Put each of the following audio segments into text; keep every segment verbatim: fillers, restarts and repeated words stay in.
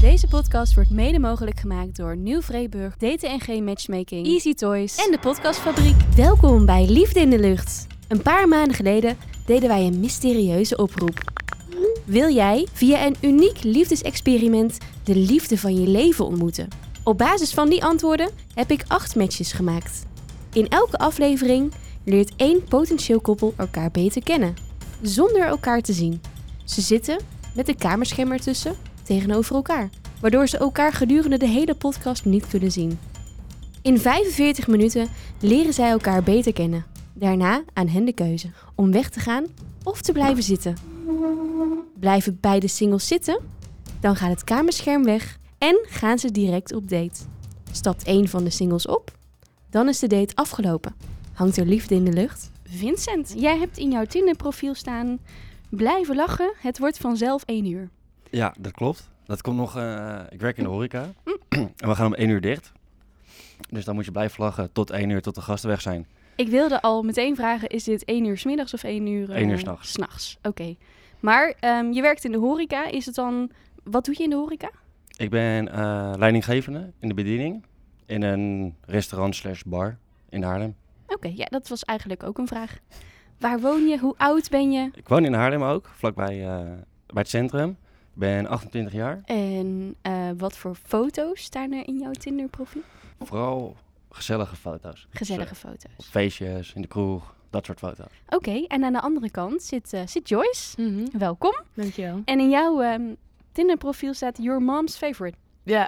Deze podcast wordt mede mogelijk gemaakt door Nieuw Vreeburg, D T N G Matchmaking, Easy Toys en de Podcastfabriek. Welkom bij Liefde in de Lucht. Een paar maanden geleden deden wij een mysterieuze oproep. Wil jij via een uniek liefdesexperiment de liefde van je leven ontmoeten? Op basis van die antwoorden heb ik acht matches gemaakt. In elke aflevering leert één potentieel koppel elkaar beter kennen, zonder elkaar te zien. Ze zitten met een kamerscherm ertussen tegenover elkaar, waardoor ze elkaar gedurende de hele podcast niet kunnen zien. In vijfenveertig minuten leren zij elkaar beter kennen. Daarna aan hen de keuze om weg te gaan of te blijven zitten. Blijven beide singles zitten? Dan gaat het kamerscherm weg en gaan ze direct op date. Stapt één van de singles op? Dan is de date afgelopen. Hangt er liefde in de lucht? Vincent, jij hebt in jouw Tinder-profiel staan: blijven lachen, het wordt vanzelf één uur. Ja, dat klopt. Dat komt nog... Uh, ik werk in de horeca. En we gaan om één uur dicht. Dus dan moet je blijven lachen tot één uur, tot de gasten weg zijn. Ik wilde al meteen vragen, is dit één uur 's middags of één uur... Uh, één uur 's nachts. 's nachts, oké. Okay. Maar um, je werkt in de horeca. Is het dan... Wat doe je in de horeca? Ik ben uh, leidinggevende in de bediening. In een restaurant slash bar in Haarlem. Oké, okay, ja, dat was eigenlijk ook een vraag. Waar woon je? Hoe oud ben je? Ik woon in Haarlem ook, vlakbij uh, bij het centrum. Ik ben achtentwintig jaar. En uh, wat voor foto's staan er in jouw Tinder-profiel? Vooral gezellige foto's. Gezellige dus, uh, foto's. Feestjes, in de kroeg, dat soort foto's. Oké, okay, en aan de andere kant zit, uh, zit Joyce. Mm-hmm. Welkom. Dankjewel. En in jouw um, Tinder-profiel staat your mom's favorite. Ja.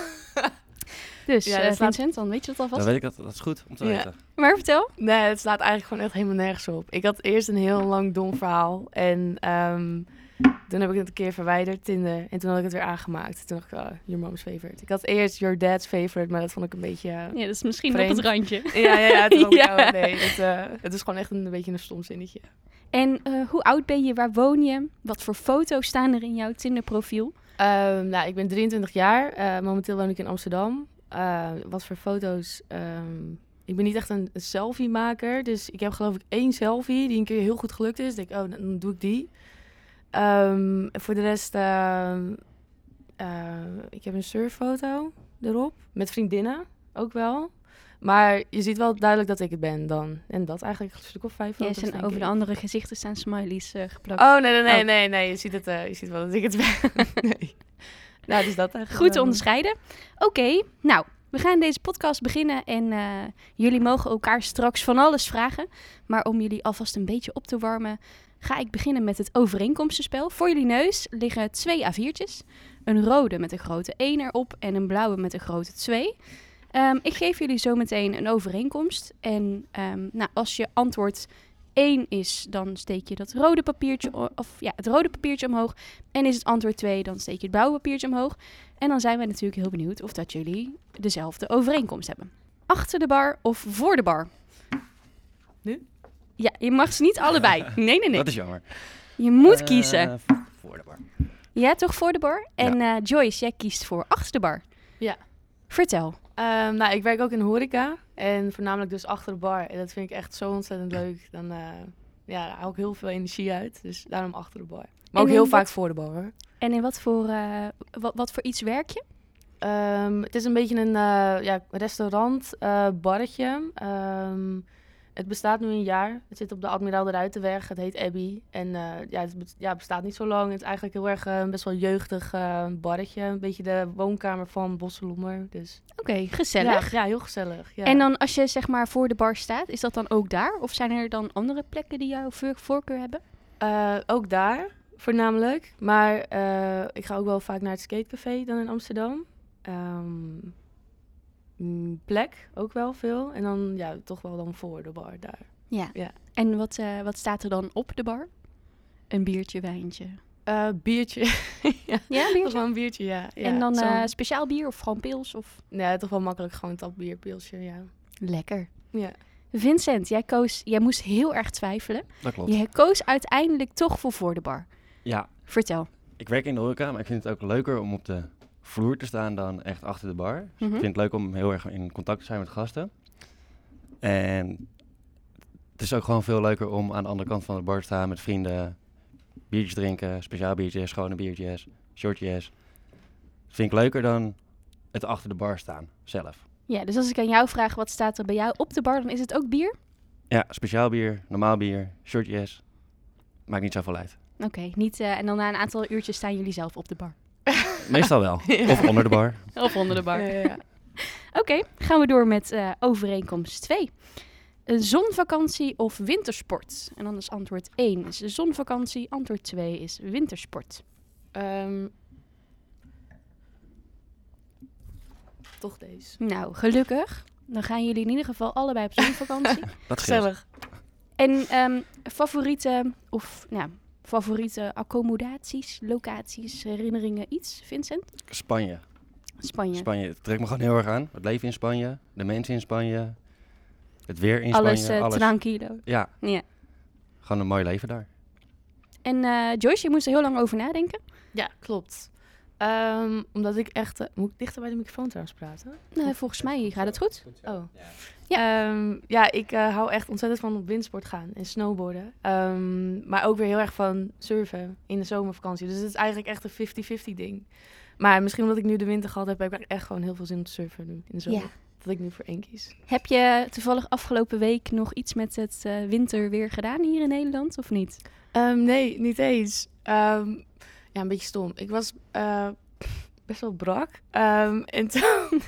Dus ja, uh, Vincent, slaat... dan weet je dat alvast. Dan weet ik dat, dat is goed om te ja. weten. Maar vertel. Nee, het slaat eigenlijk gewoon echt helemaal nergens op. Ik had eerst een heel lang dom verhaal. En um, toen heb ik het een keer verwijderd, Tinder. En toen had ik het weer aangemaakt. Toen dacht ik, oh, your mom's favorite. Ik had eerst your dad's favorite, maar dat vond ik een beetje... Uh, ja, dat is misschien vreemd. op het randje. Ja, ja, ja. Toen dacht ik, ja. oh, nee, het, uh, het is gewoon echt een, een beetje een stom zinnetje. En uh, hoe oud ben je? Waar woon je? Wat voor foto's staan er in jouw Tinder-profiel? Um, nou, ik ben drieëntwintig jaar. Uh, momenteel woon ik in Amsterdam. Uh, wat voor foto's? Um, ik ben niet echt een, een selfie-maker. Dus ik heb geloof ik één selfie die een keer heel goed gelukt is. Ik denk, oh, dan doe ik die. Um, voor de rest, uh, uh, ik heb een surffoto erop. Met vriendinnen ook wel. Maar je ziet wel duidelijk dat ik het ben dan. En dat eigenlijk een stuk of vijf foto's. Ja, en over ik. de andere gezichten staan smileys uh, geplakt. Oh, nee, nee, nee, oh. nee, nee. Je ziet het, uh, je ziet wel dat ik het ben. Nee. Nou, dus dat eigenlijk. Goed te onderscheiden. Oké, okay, nou, we gaan deze podcast beginnen en uh, jullie mogen elkaar straks van alles vragen. Maar om jullie alvast een beetje op te warmen, ga ik beginnen met het overeenkomstenspel. Voor jullie neus liggen twee A viertjes. Een rode met een grote één erop en een blauwe met een grote twee. Um, ik geef jullie zo meteen een overeenkomst. En um, nou, als je antwoord één is, dan steek je dat rode papiertje, of ja, het rode papiertje omhoog. En is het antwoord twee, dan steek je het blauwe papiertje omhoog. En dan zijn wij natuurlijk heel benieuwd of dat jullie dezelfde overeenkomst hebben. Achter de bar of voor de bar? Nu? Ja, je mag ze niet allebei. Nee, nee, nee. Dat is jammer. Je moet uh, kiezen. Voor de bar. Ja, toch voor de bar? En ja. uh, Joyce, jij kiest voor achter de bar. Ja. Vertel. Um, nou, ik werk ook in de horeca. En voornamelijk dus achter de bar. En dat vind ik echt zo ontzettend leuk. Dan uh, ja, daar haal ik heel veel energie uit. Dus daarom achter de bar. Maar ook heel wat, vaak voor de bar, hoor. En in wat voor, uh, wat, wat voor iets werk je? Um, het is een beetje een uh, ja, restaurant, uh, barretje. Um, het bestaat nu een jaar. Het zit op de Admiraal de Ruitenweg. Het heet Abbey. En uh, ja, het be- ja, bestaat niet zo lang. Het is eigenlijk heel erg uh, best wel jeugdig uh, barretje. Een beetje de woonkamer van Bosselommer. Dus. Oké, okay, gezellig. Ja, ja, heel gezellig. Ja. En dan als je zeg maar voor de bar staat, is dat dan ook daar? Of zijn er dan andere plekken die jouw voorkeur hebben? Uh, ook daar, voornamelijk. Maar uh, ik ga ook wel vaak naar het skatecafé dan in Amsterdam. Um, plek, ook wel veel. En dan ja, toch wel dan voor de bar daar. Ja. ja. En wat, uh, wat staat er dan op de bar? Een biertje, wijntje? Uh, biertje. ja, ja, biertje? Toch wel een biertje, ja. ja. En dan uh, Zo'n... speciaal bier of gewoon pils? Of... Ja, toch wel makkelijk gewoon een tapbier, pilsje, ja. Lekker. Ja. Vincent, jij, koos, jij moest heel erg twijfelen. Dat klopt. Je koos uiteindelijk toch voor voor de bar. Ja. Vertel. Ik werk in de horeca, maar ik vind het ook leuker om op de vloer te staan dan echt achter de bar. Dus mm-hmm. Ik vind het leuk om heel erg in contact te zijn met gasten. En het is ook gewoon veel leuker om aan de andere kant van de bar te staan met vrienden, biertjes drinken, speciaal biertjes, schone biertjes, shortjes. Dat vind ik leuker dan het achter de bar staan, zelf. Ja, dus als ik aan jou vraag wat staat er bij jou op de bar, dan is het ook bier? Ja, speciaal bier, normaal bier, shortjes. Maakt niet zoveel uit. Oké, okay, niet uh, en dan na een aantal uurtjes staan jullie zelf op de bar? Meestal wel. Ja. Of onder de bar. Of onder de bar. Ja, ja, ja. Oké, okay, gaan we door met uh, overeenkomst twee. Een zonvakantie of wintersport? En dan is antwoord één is zonvakantie, antwoord twee is wintersport. Um, toch deze. Nou, gelukkig. Dan gaan jullie in ieder geval allebei op zonvakantie. Dat gezellig. En um, favoriete, of nou, favoriete accommodaties, locaties, herinneringen, iets, Vincent? Spanje. Spanje. Spanje, het trekt me gewoon heel erg aan. Het leven in Spanje, de mensen in Spanje, het weer in alles, Spanje. Uh, alles tranquilo. Ja. ja. Gewoon een mooi leven daar. En uh, Joyce, je moest er heel lang over nadenken. Ja, klopt. Um, omdat ik echt... Uh, moet ik dichter bij de microfoon trouwens praten? Nou, volgens mij gaat het goed. Oh. Ja, um, ja ik uh, hou echt ontzettend van op windsport gaan en snowboarden. Um, maar ook weer heel erg van surfen in de zomervakantie. Dus het is eigenlijk echt een fifty-fifty ding. Maar misschien omdat ik nu de winter gehad heb, heb ik echt gewoon heel veel zin om te surfen nu in de zomer. Ja. Dat ik nu voor één kies. Heb je toevallig afgelopen week nog iets met het uh, winterweer gedaan hier in Nederland, of niet? Um, nee, niet eens. Um, ja, een beetje stom. Ik was uh, best wel brak. Um, en toen...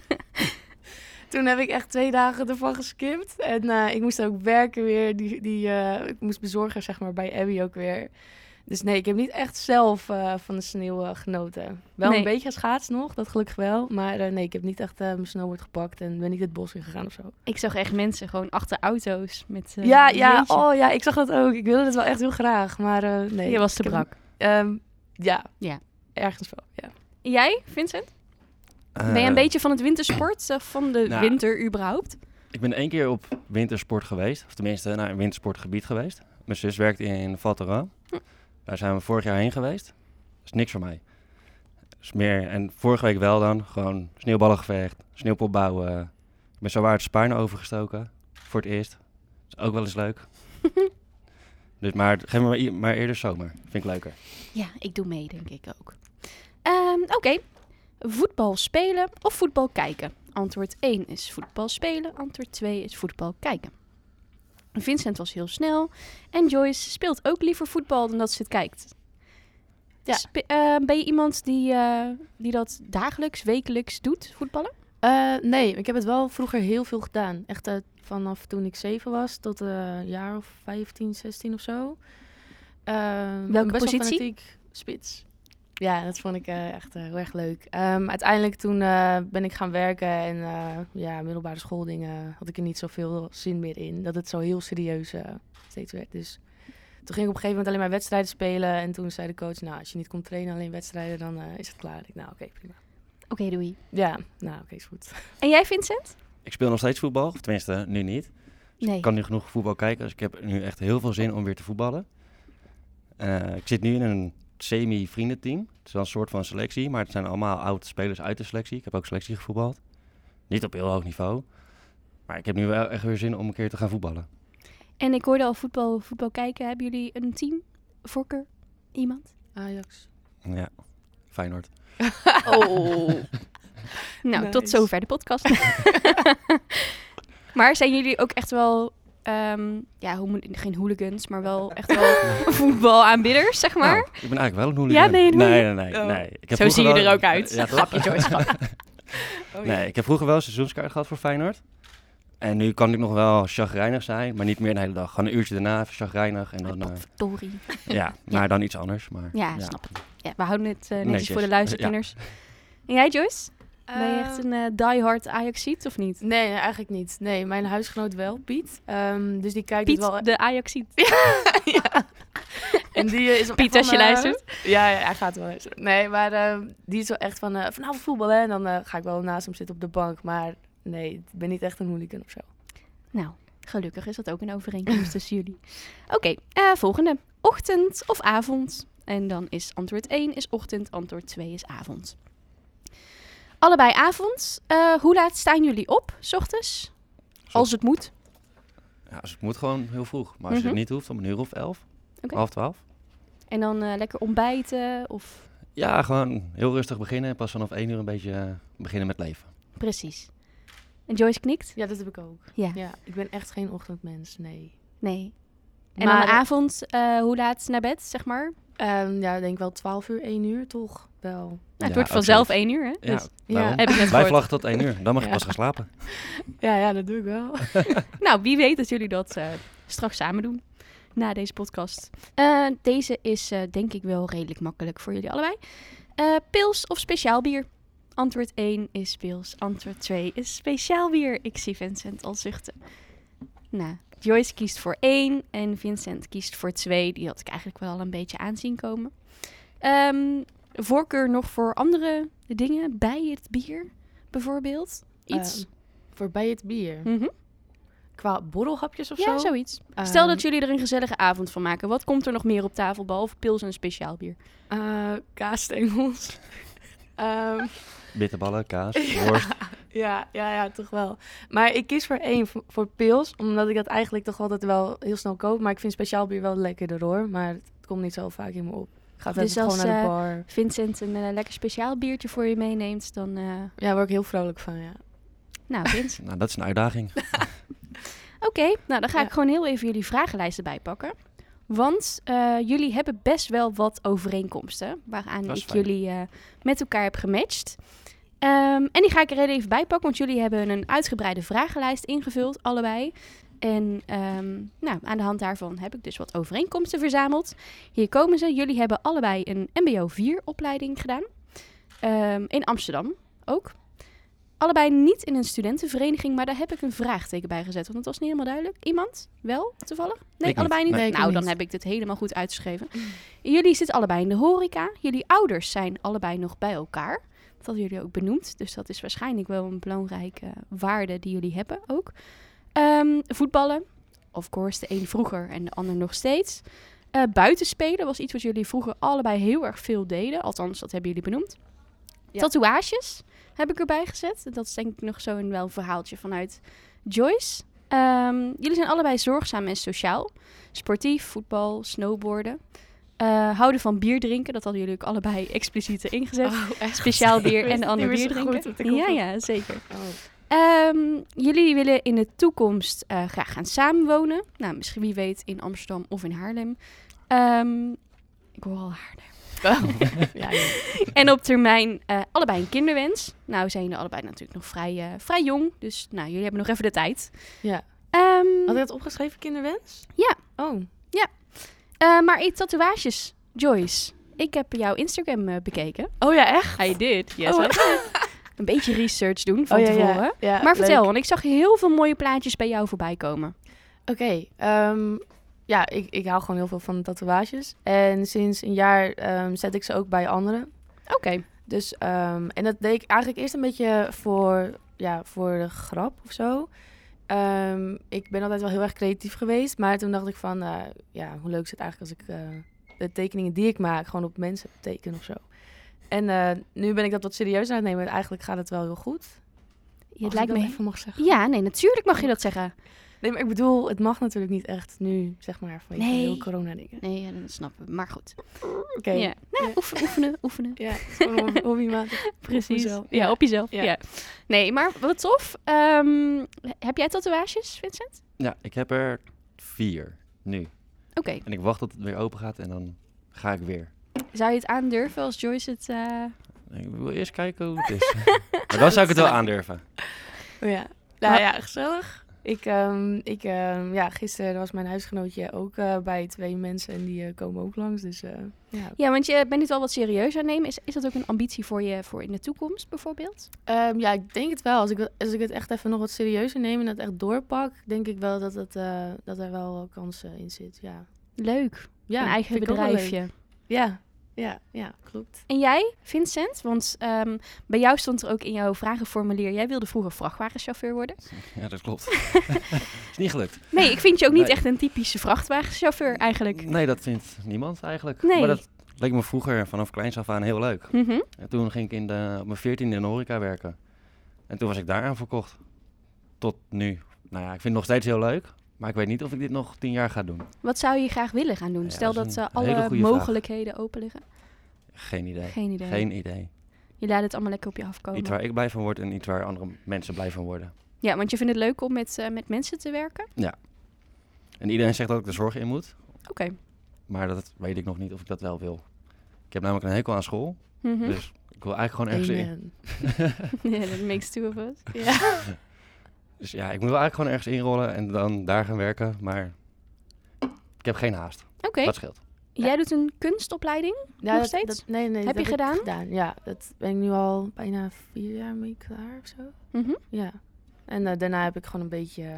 toen heb ik echt twee dagen ervan geskipt. En uh, ik moest ook werken weer. Die, die, uh, ik moest bezorgen, zeg maar, bij Abby ook weer. Dus nee, ik heb niet echt zelf uh, van de sneeuw uh, genoten. Wel nee. een beetje geschaatst nog, dat gelukkig wel. Maar uh, nee, ik heb niet echt uh, mijn snowboard gepakt en ben niet het bos in gegaan of zo. Ik zag echt mensen gewoon achter auto's met uh, Ja, ja, oh ja, ik zag dat ook. Ik wilde het wel echt heel graag, maar uh, nee. Je was te brak. Um, ja. ja, ergens wel, ja. Jij, Vincent? Uh, ben je een beetje van het wintersport of van de nou, winter überhaupt? Ik ben één keer op wintersport geweest. Of tenminste, naar een wintersportgebied geweest. Mijn zus werkt in Val Thorens. Hm. Daar zijn we vorig jaar heen geweest. Dat is niks voor mij. Dus meer, en vorige week wel dan. Gewoon sneeuwballengevecht, sneeuwpop bouwen. Ik ben zo waar het Spuinen overgestoken. Voor het eerst. Dat is ook wel eens leuk. Dus maar geef me maar, maar eerder zomer. Vind ik leuker. Ja, ik doe mee, denk ik ook. Um, Oké. Okay. Voetbal spelen of voetbal kijken? Antwoord één is voetbal spelen. Antwoord twee is voetbal kijken. Vincent was heel snel. En Joyce speelt ook liever voetbal dan dat ze het kijkt. Ja. Spe- uh, ben je iemand die, uh, die dat dagelijks, wekelijks doet, voetballen? Uh, nee, ik heb het wel vroeger heel veel gedaan. Echt uh, vanaf toen ik zeven was tot een uh, jaar of vijftien, zestien of zo. Uh, Welke best positie? Wel fanatiek spits. Ja, dat vond ik uh, echt uh, heel erg leuk. Um, uiteindelijk toen uh, ben ik gaan werken en uh, ja, middelbare schooldingen had ik er niet zoveel zin meer in. Dat het zo heel serieus uh, steeds werd. Dus toen ging ik op een gegeven moment alleen maar wedstrijden spelen. En toen zei de coach, nou, als je niet komt trainen, alleen wedstrijden, dan uh, is het klaar. Ik, nou, oké, okay, prima. Oké, okay, doei. Ja, nou, oké, okay, is goed. En jij, Vincent? Ik speel nog steeds voetbal, of tenminste, nu niet. Dus nee. Ik kan nu genoeg voetbal kijken, dus ik heb nu echt heel veel zin om weer te voetballen. Uh, ik zit nu in een semi-vriendenteam. Het is wel een soort van selectie, maar het zijn allemaal oude spelers uit de selectie. Ik heb ook selectie gevoetbald. Niet op heel hoog niveau. Maar ik heb nu wel echt weer zin om een keer te gaan voetballen. En ik hoorde al voetbal, voetbal kijken. Hebben jullie een team? Voorkeur? Iemand? Ajax. Ja, Feyenoord. Oh. Nou, nice. Tot zover de podcast. Maar zijn jullie ook echt wel... Um, ja, hoe moet, geen hooligans, maar wel echt wel voetbalaanbidders, zeg maar. Nou, ik ben eigenlijk wel een hooligan. Ja, nee, nee. Nee, nee, nee. Oh. nee. Ik heb Zo zie je wel... er ook uit. Ja, grapje, Joyce, grapje. Oh, ja. Nee, ik heb vroeger wel een seizoenskaart gehad voor Feyenoord. En nu kan ik nog wel chagrijnig zijn, maar niet meer de hele dag. Gewoon een uurtje daarna even chagrijnig. En dan, uh, Verdorie. Ja, maar ja. dan iets anders. Maar, ja, ja, snap ik. Ja, we houden het uh, netjes, netjes voor de luisterkenners. Ja. En jij, Joyce? Uh, ben je echt een uh, diehard Ajaxiet of niet? Nee, nee, eigenlijk niet. Nee, mijn huisgenoot wel, Piet. Um, dus die kijkt Piet, het wel... de Ajaxiet. Ja. En die is Piet, van, als je uh, luistert. Ja, ja, hij gaat wel luisteren. Nee, maar uh, die is wel echt van... Uh, vanavond voetbal, hè. En dan uh, ga ik wel naast hem zitten op de bank. Maar nee, ik ben niet echt een hooligan of zo. Nou, gelukkig is dat ook een overeenkomst tussen jullie. Oké, okay, uh, volgende. Ochtend of avond? En dan is antwoord één is ochtend, antwoord twee is avond. Allebei avond. Uh, hoe laat staan jullie op, 's ochtends? Als het moet. Ja, als het moet gewoon heel vroeg. Maar als mm-hmm. je het niet hoeft, om een uur of elf. Okay. Half twaalf. En dan uh, lekker ontbijten of... Ja, gewoon heel rustig beginnen en pas vanaf één uur een beetje uh, beginnen met leven. Precies. En Joyce knikt? Ja, dat heb ik ook. Ja. ja ik ben echt geen ochtendmens, nee. Nee. En maar, dan de avond, uh, hoe laat naar bed, zeg maar? Um, ja, ik denk wel twaalf uur, één uur, toch? Wel. Nou, ja, het wordt vanzelf één uur, hè? Ja, dus, ja. Heb ik net Blijf wachten tot één uur, dan mag je ja. pas gaan slapen. Ja, ja, dat doe ik wel. Nou, wie weet dat jullie dat uh, straks samen doen. Na deze podcast. Uh, deze is uh, denk ik wel redelijk makkelijk voor jullie allebei. Uh, pils of speciaal bier? Antwoord één is pils. Antwoord twee is speciaal bier. Ik zie Vincent al zuchten. Nou, Joyce kiest voor één en Vincent kiest voor twee. Die had ik eigenlijk wel al een beetje aanzien komen. Um, voorkeur nog voor andere dingen bij het bier, bijvoorbeeld? Iets? Uh, voor bij het bier? Mm-hmm. Qua borrelhapjes of ja, zo? Ja, zoiets. Um, Stel dat jullie er een gezellige avond van maken. Wat komt er nog meer op tafel, behalve pils en speciaal bier? Uh, kaasstengels. um, Bitterballen, kaas, worst. Ja, ja, ja, toch wel. Maar ik kies voor één, voor, voor pils. Omdat ik dat eigenlijk toch altijd wel heel snel koop. Maar ik vind speciaal bier wel lekkerder hoor. Maar het komt niet zo vaak in me op. Ik ga dus gewoon naar de bar. Uh, Vincent een uh, lekker speciaal biertje voor je meeneemt, dan... Uh... Ja, daar word ik heel vrolijk van, ja. Nou, Vince. Nou, dat is een uitdaging. Oké, okay, nou dan ga ja. ik gewoon heel even jullie vragenlijsten bijpakken. Want uh, jullie hebben best wel wat overeenkomsten. Waaraan ik fijn. jullie uh, met elkaar heb gematcht. Um, en die ga ik er even bij pakken, want jullie hebben een uitgebreide vragenlijst ingevuld, allebei. En um, nou, aan de hand daarvan heb ik dus wat overeenkomsten verzameld. Hier komen ze. Jullie hebben allebei een M B O vier opleiding gedaan. Um, in Amsterdam ook. Allebei niet in een studentenvereniging, maar daar heb ik een vraagteken bij gezet. Want dat was niet helemaal duidelijk. Iemand? Wel, toevallig? Nee, ik allebei niet? niet. Nee, nou, dan niet. heb ik dit helemaal goed uitgeschreven. Jullie zitten allebei in de horeca. Jullie ouders zijn allebei nog bij elkaar. Dat hadden jullie ook benoemd. Dus dat is waarschijnlijk wel een belangrijke waarde die jullie hebben ook. Um, voetballen. Of course, de een vroeger en de ander nog steeds. Uh, buitenspelen was iets wat jullie vroeger allebei heel erg veel deden. Althans, dat hebben jullie benoemd. Ja. Tatoeages heb ik erbij gezet. Dat is denk ik nog zo'n wel een verhaaltje vanuit Joyce. Um, jullie zijn allebei zorgzaam en sociaal. Sportief, voetbal, snowboarden. Uh, houden van bier drinken. Dat hadden jullie ook allebei expliciet ingezet. Oh, Speciaal bier en de ander bier drinken. Goed, ja, ja, zeker. Oh. Um, jullie willen in de toekomst uh, graag gaan samenwonen. Nou, misschien wie weet in Amsterdam of in Haarlem. Um, ik hoor al Haarlem. Oh. ja, ja. En op termijn uh, allebei een kinderwens. Nou zijn jullie allebei natuurlijk nog vrij, uh, vrij jong. Dus nou, jullie hebben nog even de tijd. Ja. Um, Had je dat opgeschreven, kinderwens? Ja. Oh. Ja. Uh, maar hey, tatoeages, Joyce. Ik heb jouw Instagram uh, bekeken. Oh ja, echt? I did, yes. Oh. Een beetje research doen van oh, ja, tevoren. Ja, ja, maar vertel, leuk. want ik zag heel veel mooie plaatjes bij jou voorbij komen. Oké, okay, um, ja, ik, ik hou gewoon heel veel van tatoeages. En sinds een jaar um, zet ik ze ook bij anderen. Oké. Okay. Dus, um, en dat deed ik eigenlijk eerst een beetje voor, ja, voor de grap of zo. Um, ik ben altijd wel heel erg creatief geweest. Maar toen dacht ik van, uh, ja, hoe leuk is het eigenlijk als ik uh, de tekeningen die ik maak gewoon op mensen teken of zo. En uh, nu ben ik dat wat serieus aan het nemen. En eigenlijk gaat het wel heel goed. Ja, het lijkt me even mag zeggen. Ja, nee, natuurlijk mag je dat zeggen. Nee, maar ik bedoel, het mag natuurlijk niet echt nu, zeg maar, vanwege nee. heel corona-dingen. Nee, ja, dat snappen we. Maar goed. Oké. Okay. Ja. Nou, ja. oefenen, oefenen, oefenen. Ja, gewoon hobbymatig. Precies. Ja. ja, op jezelf. Ja. Ja. Nee, maar wat tof. Um, heb jij tatoeages, Vincent? Ja, ik heb er vier nu. Oké. Okay. En ik wacht tot het weer open gaat en dan ga ik weer. Zou je het aandurven als Joyce het... Uh... Ik wil eerst kijken hoe het is. Maar dan zou ik het wel aandurven. Oh ja. Nou ja, gezellig. Ik, um, ik um, ja, gisteren was mijn huisgenootje ook uh, bij twee mensen en die uh, komen ook langs. Dus, uh, ja. ja, want je bent dit wel wat serieus aan nemen. Is, is dat ook een ambitie voor je voor in de toekomst bijvoorbeeld? Um, ja, ik denk het wel. Als ik, als ik het echt even nog wat serieuzer neem en dat echt doorpak, denk ik wel dat, het, uh, dat er wel kansen in zit. Ja. Leuk. Ja, een eigen bedrijfje. Ja. Ja, ja, klopt. En jij, Vincent? Want um, bij jou stond er ook in jouw vragenformulier... jij wilde vroeger vrachtwagenchauffeur worden. Ja, dat klopt. Is niet gelukt. Nee, ik vind je ook niet nee. echt een typische vrachtwagenchauffeur eigenlijk. Nee, dat vindt niemand eigenlijk. Nee. Maar dat leek me vroeger vanaf kleins af aan heel leuk. Mm-hmm. En toen ging ik in de, op mijn veertiende in de horeca werken. En toen was ik daaraan verkocht. Tot nu. Nou ja, ik vind het nog steeds heel leuk. Maar ik weet niet of ik dit nog tien jaar ga doen. Wat zou je graag willen gaan doen? Ja, Stel dat, dat dat uh, alle mogelijkheden vraag. open liggen. Geen idee. Geen idee. Geen idee. Je laat het allemaal lekker op je afkomen. Iets waar ik blij van word en iets waar andere mensen blij van worden. Ja, want je vindt het leuk om met, uh, met mensen te werken? Ja. En iedereen zegt dat ik de zorg in moet. Oké. Okay. Maar dat weet ik nog niet of ik dat wel wil. Ik heb namelijk een hekel aan school. Mm-hmm. Dus ik wil eigenlijk gewoon ergens Amen. in. Ja, that makes two of us. Ja. Dus ja, ik moet wel eigenlijk gewoon ergens inrollen en dan daar gaan werken. Maar ik heb geen haast. Oké. Okay. Dat scheelt. Jij doet een kunstopleiding? Ja, nog dat, steeds? Dat, nee, nee. Heb dat je heb gedaan? Ik gedaan? Ja, dat ben ik nu al bijna vier jaar mee klaar of zo. Mm-hmm. Ja. En uh, daarna heb ik gewoon een beetje, uh,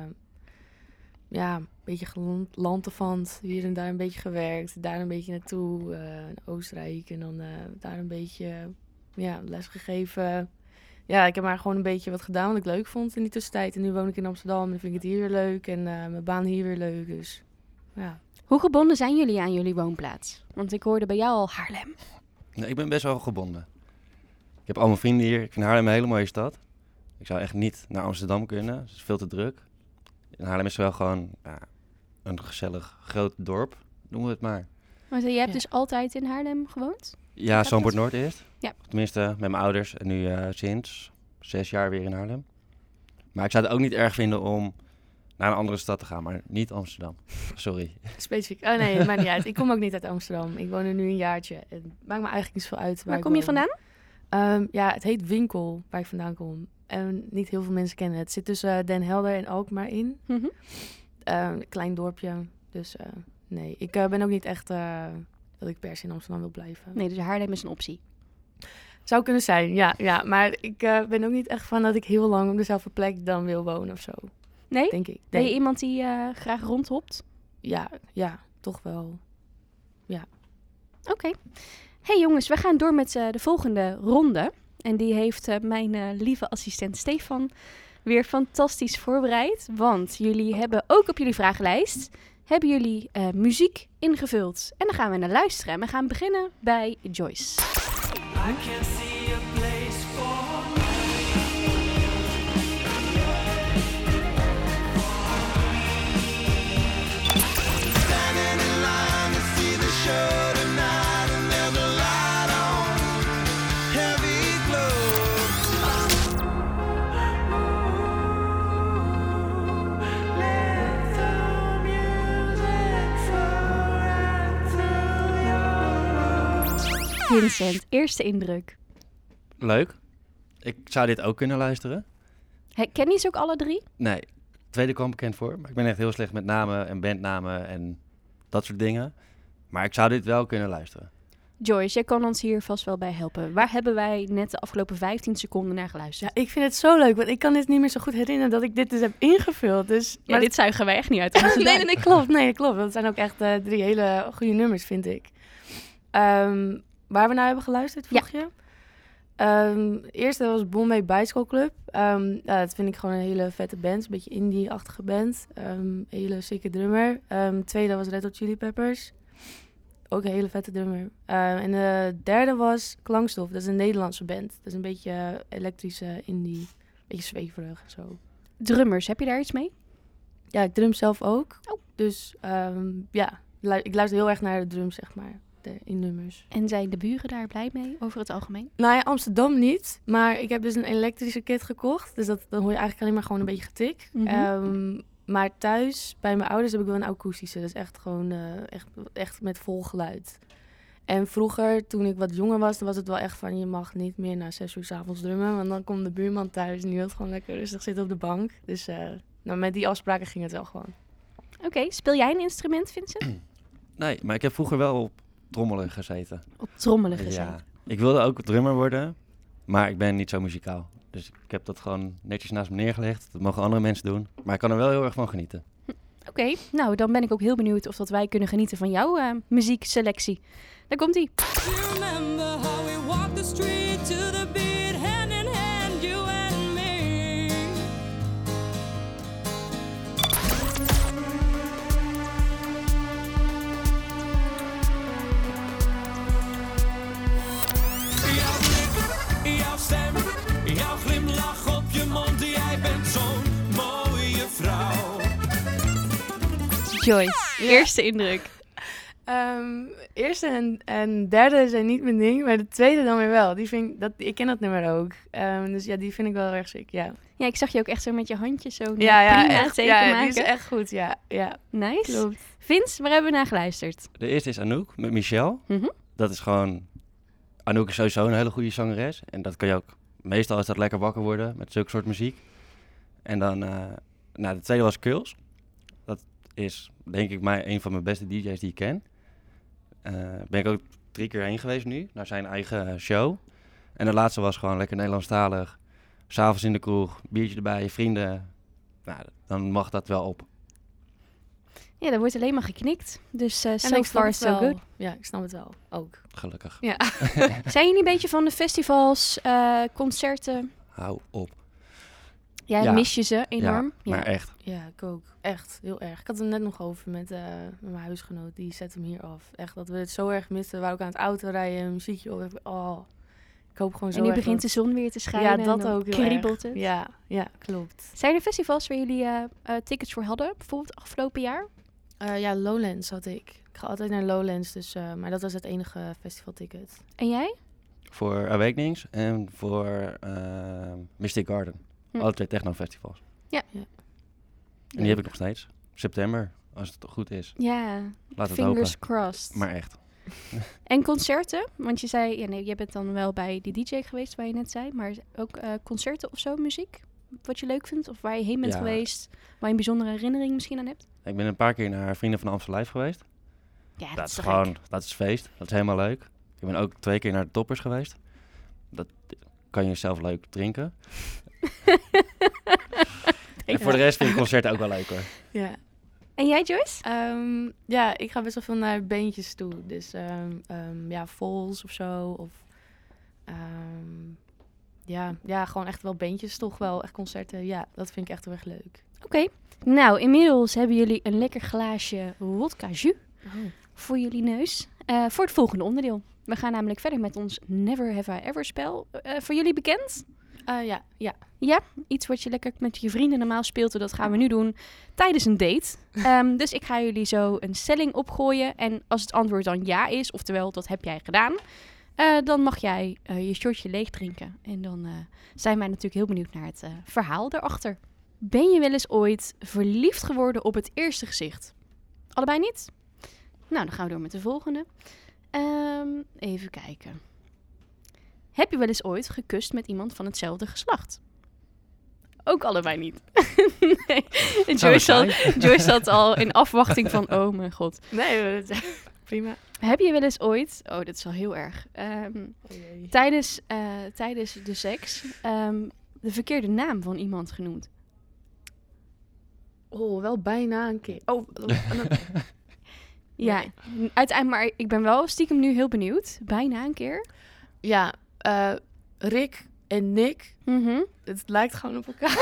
ja, een beetje gelanterfant. Hier en daar een beetje gewerkt. Daar een beetje naartoe, uh, naar Oostenrijk. En dan uh, daar een beetje, ja, les gegeven. Ja, ik heb maar gewoon een beetje wat gedaan wat ik leuk vond in die tussentijd. En nu woon ik in Amsterdam en dan vind ik het hier weer leuk. En uh, mijn baan hier weer leuk, dus ja. Hoe gebonden zijn jullie aan jullie woonplaats? Want ik hoorde bij jou al Haarlem. Nee, ik ben best wel gebonden. Ik heb al mijn vrienden hier. Ik vind Haarlem een hele mooie stad. Ik zou echt niet naar Amsterdam kunnen. Het is veel te druk. In Haarlem is wel gewoon ja, een gezellig groot dorp. Noemen we het maar. Maar je hebt Ja. dus altijd in Haarlem gewoond? Ja, Zandvoort Noord eerst. Ja. Tenminste, met mijn ouders. En nu uh, sinds zes jaar weer in Haarlem. Maar ik zou het ook niet erg vinden om naar een andere stad te gaan. Maar niet Amsterdam. Sorry. Specifiek. Oh nee, het maakt niet uit. Ik kom ook niet uit Amsterdam. Ik woon er nu een jaartje. Het maakt me eigenlijk niet zo uit. Waar ik kom je woon. vandaan? Um, ja, het heet Winkel, waar ik vandaan kom. En niet heel veel mensen kennen het. Het zit tussen uh, Den Helder en Alkmaar in. Mm-hmm. Uh, een klein dorpje. Dus uh, nee, ik uh, ben ook niet echt uh, dat ik per se in Amsterdam wil blijven. Nee, dus Haarlem is een optie. Zou kunnen zijn, ja. ja maar ik uh, ben ook niet echt van dat ik heel lang op dezelfde plek dan wil wonen of zo. Nee? Denk ik. Ben Nee. je iemand die uh, graag rondhopt? Ja, ja, toch wel. Ja. Oké. Okay. Hey jongens, we gaan door met uh, de volgende ronde. En die heeft uh, mijn uh, lieve assistent Stefan weer fantastisch voorbereid. Want jullie hebben ook op jullie vragenlijst hebben jullie uh, muziek ingevuld. En dan gaan we naar luisteren. En we gaan beginnen bij Joyce. I can see a place for standing in line to see the show tonight, and there's a light on, heavy glow. Let the music flow right through your Vincent, eerste indruk. Leuk. Ik zou dit ook kunnen luisteren. He, ken je ze ook alle drie? Nee, tweede kwam bekend voor. Maar ik ben echt heel slecht met namen en bandnamen en dat soort dingen. Maar ik zou dit wel kunnen luisteren. Joyce, jij kan ons hier vast wel bij helpen. Waar hebben wij net de afgelopen vijftien seconden naar geluisterd? Ja, ik vind het zo leuk, want ik kan dit niet meer zo goed herinneren dat ik dit dus heb ingevuld. Dus, Ja, maar dit zuigen wij echt niet uit. Onze nee, nee, nee, klopt. Nee, klopt. Dat zijn ook echt uh, drie hele goede nummers, vind ik. Um, waar we naar hebben geluisterd, vroeg je? Um, eerst dat was Bombay Bicycle Club. Um, ja, dat vind ik gewoon een hele vette band. Een beetje indie-achtige band. Um, hele sicke drummer. Um, tweede was Red Hot Chili Peppers. Ook een hele vette drummer. Um, en de derde was Klankstof. Dat is een Nederlandse band. Dat is een beetje uh, elektrische indie. Een beetje zweverig en zo. Drummers, heb je daar iets mee? Ja, ik drum zelf ook. Oh. Dus um, ja, lu- ik luister heel erg naar de drums, zeg maar. De, in nummers. En zijn de buren daar blij mee, over het algemeen? Nou ja, Amsterdam niet. Maar ik heb dus een elektrische kit gekocht. Dus dat, dan hoor je eigenlijk alleen maar gewoon een beetje getik. Mm-hmm. Um, maar thuis, bij mijn ouders, heb ik wel een akoestische. Dat is echt gewoon uh, echt, echt met vol geluid. En vroeger, toen ik wat jonger was, dan was het wel echt van... je mag niet meer na zes uur 's avonds drummen. Want dan komt de buurman thuis en die wil gewoon lekker rustig zitten op de bank. Dus uh, nou, met die afspraken ging het wel gewoon. Oké, okay, speel jij een instrument, Vincent? Nee, maar ik heb vroeger wel op trommelen gezeten. Op trommelen gezeten. Ja, ik wilde ook drummer worden, maar ik ben niet zo muzikaal. Dus ik heb dat gewoon netjes naast me neergelegd. Dat mogen andere mensen doen. Maar ik kan er wel heel erg van genieten. Oké, okay, nou dan ben ik ook heel benieuwd of dat wij kunnen genieten van jouw uh, muziekselectie. Daar komt-ie. Joyce, eerste indruk. Um, eerste en, en derde zijn niet mijn ding, maar de tweede dan weer wel. Die vind ik, dat, ik ken dat nummer ook. Um, dus ja, die vind ik wel erg sick, ja. Ja, ik zag je ook echt zo met je handjes zo Ja, ja, prima echt, teken ja, maken. die is echt goed, ja. ja. Nice. Klopt. Vince, waar hebben we naar geluisterd? De eerste is Anouk met Michel. Mhm. Dat is gewoon... Anouk is sowieso een hele goede zangeres. En dat kan je ook... Meestal is dat lekker wakker worden met zulke soort muziek. En dan... Uh, nou, de tweede was Kulz. Dat is denk ik mij een van mijn beste D J's die ik ken. Uh, ben ik ook drie keer heen geweest nu, naar zijn eigen show. En de laatste was gewoon lekker Nederlandstalig. 'S Avonds in de kroeg, biertje erbij, vrienden. Nou, dan mag dat wel op. Ja, er wordt alleen maar geknikt. Dus uh, En so ik snap far het so wel. good. Ja, ik snap het wel. Ook. Gelukkig. Ja. Zijn jullie een beetje van de festivals, uh, concerten? Hou op. Ja, Ja. mis je ze enorm? Ja, maar echt. Ja, ik ook. Echt, heel erg. Ik had het er net nog over met, uh, met mijn huisgenoot. Die zet hem hier af. Echt, dat we het zo erg misten. We waren ook aan het autorijden, muziekje op. Oh, ik hoop gewoon zo En nu erg begint de dat- zon weer te schijnen. Ja, en dat dan ook heel kriebelt erg. het. Ja, ja, klopt. Zijn er festivals waar jullie uh, uh, tickets voor hadden? Bijvoorbeeld afgelopen jaar? Uh, ja, Lowlands had ik. Ik ga altijd naar Lowlands, dus, uh, maar dat was het enige festivalticket. En jij? Voor Awakenings en voor uh, Mystic Garden. Hm. Alle twee techno-festivals. Ja. Ja. En die heb ik nog steeds. September, als het goed is. Ja, Laat het fingers hopen. crossed. Maar echt. En concerten? Want je zei, ja, nee, jij bent dan wel bij die D J geweest, waar je net zei. Maar ook uh, concerten of zo, muziek? Wat je leuk vindt? Of waar je heen bent Ja. geweest? Waar je een bijzondere herinnering misschien aan hebt? Ik ben een paar keer naar Vrienden van Amstel Live geweest. Ja, dat is toch gewoon, gek? dat is feest. Dat is helemaal leuk. Ik ben ook twee keer naar de Toppers geweest. Dat kan je zelf leuk drinken. En voor de rest vind ik concerten ook wel leuk hoor. Ja. En jij, Joyce? Um, ja, ik ga best wel veel naar beentjes toe. Dus um, um, ja, Vols of zo. Of um, ja, ja, gewoon echt wel beentjes toch wel. Echt concerten. Ja, dat vind ik echt heel erg leuk. Oké. Okay. Nou, inmiddels hebben jullie een lekker glaasje wodka jus Oh. voor jullie neus. Uh, voor het volgende onderdeel. We gaan namelijk verder met ons Never Have I Ever spel. Uh, voor jullie bekend? Uh, ja, ja. Ja, iets wat je lekker met je vrienden normaal speelt. Dat gaan we nu doen tijdens een date. Um, dus ik ga jullie zo een stelling opgooien. En als het antwoord dan ja is, oftewel dat heb jij gedaan, uh, dan mag jij uh, je shortje leeg drinken. En dan uh, zijn wij natuurlijk heel benieuwd naar het uh, verhaal daarachter. Ben je wel eens ooit verliefd geworden op het eerste gezicht? Allebei niet? Nou, dan gaan we door met de volgende. Um, even kijken. Heb je wel eens ooit gekust met iemand van hetzelfde geslacht? Ook allebei niet. Nee. Joyce zat, Joyce zat al in afwachting van, oh mijn god. Nee, dat is prima. Heb je wel eens ooit, oh dit is al heel erg, um, Oh, tijdens, uh, tijdens de seks um, de verkeerde naam van iemand genoemd? Oh, wel bijna een keer. Oh, Ja, nee. uiteindelijk, maar ik ben wel stiekem nu heel benieuwd. Bijna een keer. Ja, uh, Rick en Nick. Mm-hmm. Het lijkt gewoon op elkaar.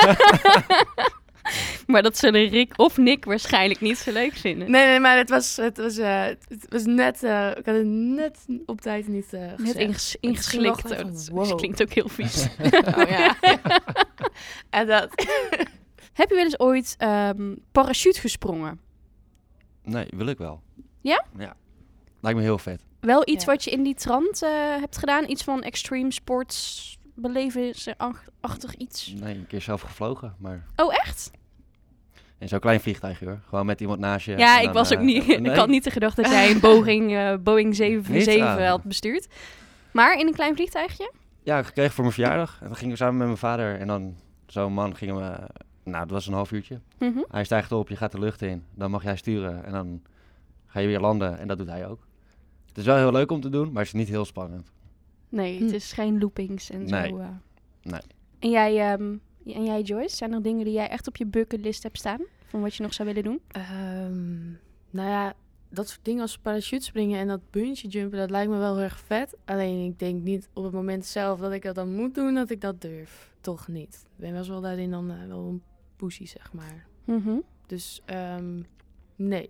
Maar dat zullen Rick of Nick waarschijnlijk niet zo leuk vinden. Nee, nee, maar het was, het was, uh, het was net, uh, ik had het net op tijd niet uh, gezegd. Net inges- Het ingeslikt. ging wel Oh, gewoon dat, van, wow. dat klinkt ook heel vies. Oh ja. En dat. Heb je wel eens ooit um, parachute gesprongen? Nee, wil ik wel. Ja? Ja. Lijkt me heel vet. Wel iets Ja. wat je in die trant uh, hebt gedaan? Iets van extreme sports, beleven-achtig iets? Nee, een keer zelf gevlogen, maar Oh, echt? in zo'n klein vliegtuigje hoor. Gewoon met iemand naast je. Ja, en ik dan, was ook uh, niet... nee. Ik had niet de gedachte dat jij een Boeing, uh, Boeing zeven vijf zeven Niet? Ah. had bestuurd. Maar in een klein vliegtuigje? Ja, ik gekregen voor mijn verjaardag. En dan gingen we samen met mijn vader en dan zo'n man gingen we... Nou, dat was een half uurtje. Mm-hmm. Hij stijgt op, je gaat de lucht in. Dan mag jij sturen en dan ga je weer landen. En dat doet hij ook. Het is wel heel leuk om te doen, maar het is niet heel spannend. Nee, het is geen loopings en Nee. zo. Uh. Nee. En jij, um, en jij, Joyce, zijn er dingen die jij echt op je bucketlist hebt staan? Van wat je nog zou willen doen? Um, nou ja, dat soort dingen als parachutespringen en dat bungee jumpen, dat lijkt me wel heel erg vet. Alleen ik denk niet op het moment zelf dat ik dat dan moet doen, dat ik dat durf. Toch niet. Ik ben wel wel daarin dan uh, wel een poesie, zeg maar. Mm-hmm. Dus um, nee.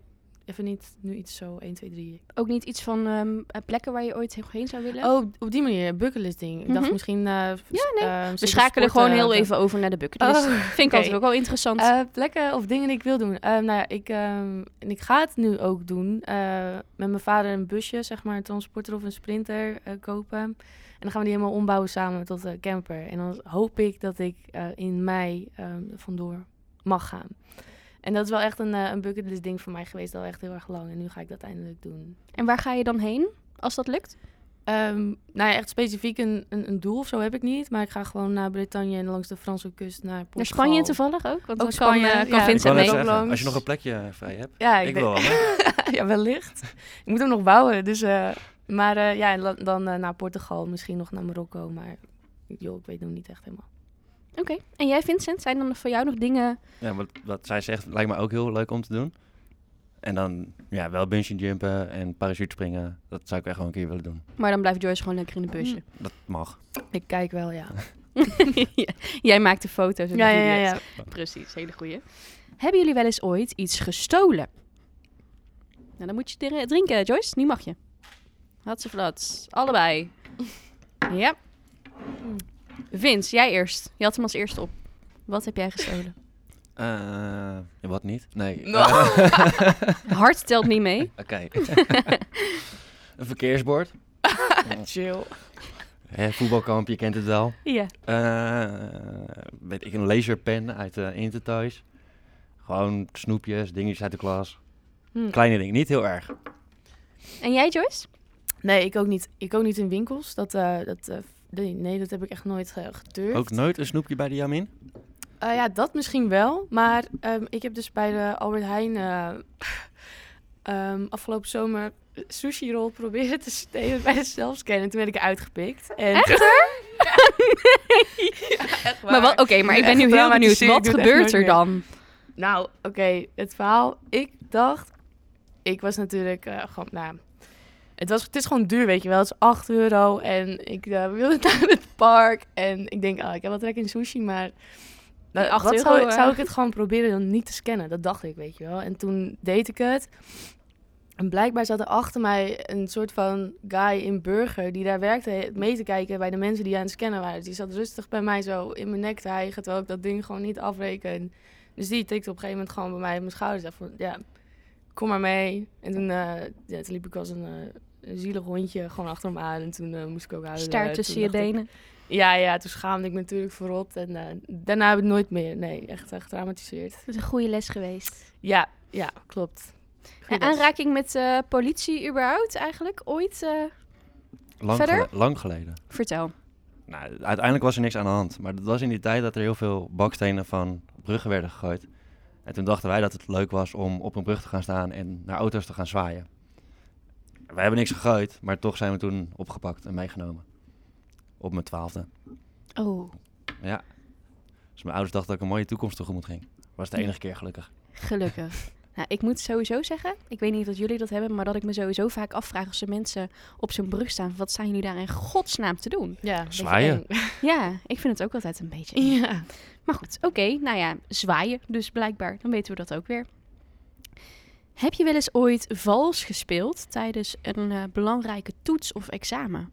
even niet nu iets zo één, twee, drie. Ook niet iets van um, plekken waar je ooit heen zou willen? Oh, op die manier, bucketlist ding. Ik dacht Mhm. misschien... Uh, Ja, nee. uh, We schakelen gewoon heel even over naar de bucketlist. Oh, Vind ik oké. altijd ook wel interessant. Uh, plekken of dingen die ik wil doen. Uh, nou ja, ik, um, en ik ga het nu ook doen. Uh, met mijn vader een busje, zeg maar, een transporter of een sprinter uh, kopen. En dan gaan we die helemaal ombouwen samen tot een camper. En dan hoop ik dat ik uh, in mei uh, vandoor mag gaan. En dat is wel echt een, uh, een bucketlist ding voor mij geweest, al echt heel erg lang. En nu ga ik dat eindelijk doen. En waar ga je dan heen, als dat lukt? Um, nou ja, echt specifiek een, een, een doel of zo heb ik niet. Maar ik ga gewoon naar Bretagne en langs de Franse kust naar Portugal. Naar Spanje toevallig ook? Want Ook dan Spanje, kan, uh, kan ja. Vincent Ik wou net mee. ook zeggen, langs. als je nog een plekje vrij hebt. Ja, Ik ik, wil denk- wel, hè? ja, wellicht. Ik moet hem nog bouwen, dus... Uh, maar uh, ja, en la- dan uh, naar Portugal, misschien nog naar Marokko. Maar joh, ik weet nog niet echt helemaal. Oké. Okay. En jij, Vincent, zijn dan voor jou nog dingen... Ja, wat, wat zij zegt lijkt me ook heel leuk om te doen. En dan ja, wel bungee jumpen en parachutespringen. Dat zou ik echt wel een keer willen doen. Maar dan blijft Joyce gewoon lekker in de busje. Dat mag. Ik kijk wel, ja. Ja, jij maakt de foto's en Ja, de ja, ja, video's. ja. Precies, hele goeie. Hebben jullie wel eens ooit iets gestolen? Nou, dan moet je dr- drinken, Joyce. Nu mag je. Hatseflats. Allebei. Ja. Vince, jij eerst. Je had hem als eerste op. Wat heb jij gestolen? Uh, ja, wat niet? Nee. No. Uh, Hart telt niet mee. Oké. Een verkeersbord. Chill. Hè, voetbalkamp, je kent het wel. Ja. Uh, weet ik, een laserpen uit uh, Intertoys. Gewoon snoepjes, dingetjes uit de klas. Hm. Kleine dingen, niet heel erg. En jij, Joyce? Nee, ik ook niet. Ik ook niet in winkels. Dat, uh, dat, uh, nee, nee, dat heb ik echt nooit uh, gedurfd. Ook nooit een snoepje bij de Jamin? Uh, ja, dat misschien wel. Maar um, ik heb dus bij de Albert Heijn uh, um, afgelopen zomer sushi roll proberen te stelen bij de zelfscan. En toen werd ik eruit gepikt. En Echt hoor? Nee. Ja, echt waar. Maar wat? Oké, okay, maar ik ben Echt nu heel benieuwd. dramatiseer, ik Wat doe het echt gebeurt er nooit dan? Nou, oké, okay, het verhaal. Ik dacht, ik was natuurlijk uh, gewoon, nou, het, was, het is gewoon duur, weet je wel. Het is acht euro en ik uh, wilde naar het park. En ik denk, ah, ik heb wat trek in sushi, maar nou, acht wat euro, zou, uh. zou ik het gewoon proberen dan niet te scannen? Dat dacht ik, weet je wel. En toen deed ik het. En blijkbaar zat er achter mij een soort van guy in burger die daar werkte mee te kijken bij de mensen die aan het scannen waren. Dus die zat rustig bij mij zo in mijn nek te hijgen, terwijl ik dat ding gewoon niet afreken. Dus die tikte op een gegeven moment gewoon bij mij op mijn schouders. Dacht van, ja, kom maar mee. En toen, uh, ja, toen liep ik als een, uh, een zielig hondje gewoon achter hem aan. En toen uh, moest ik ook huilen. Staart tussen je Toen dacht ik- benen. Ja, ja, toen schaamde ik me natuurlijk verrot. En uh, daarna heb ik het nooit meer. Nee, echt uh, getraumatiseerd. Dat is een goede les geweest. Ja, ja, klopt. En Goed, dus. aanraking met uh, politie überhaupt eigenlijk ooit? Uh, Lang, Verder? gele- lang geleden. vertel. Nou, uiteindelijk was er niks aan de hand. Maar dat was in die tijd dat er heel veel bakstenen van bruggen werden gegooid. En toen dachten wij dat het leuk was om op een brug te gaan staan en naar auto's te gaan zwaaien. We hebben niks gegooid, maar toch zijn we toen opgepakt en meegenomen. Op mijn twaalfde. Oh, Ja. Dus mijn ouders dachten dat ik een mooie toekomst tegemoet ging. Was de enige keer gelukkig. gelukkig. Nou, ik moet sowieso zeggen, ik weet niet of jullie dat hebben, maar dat ik me sowieso vaak afvraag als er mensen op zo'n brug staan. Wat staan jullie daar in godsnaam te doen? Ja, een beetje Zwaaien. eng. Ja, ik vind het ook altijd een beetje eng. Ja. Maar goed, oké, okay, nou ja, zwaaien dus blijkbaar. Dan weten we dat ook weer. Heb je wel eens ooit vals gespeeld tijdens een uh, belangrijke toets of examen?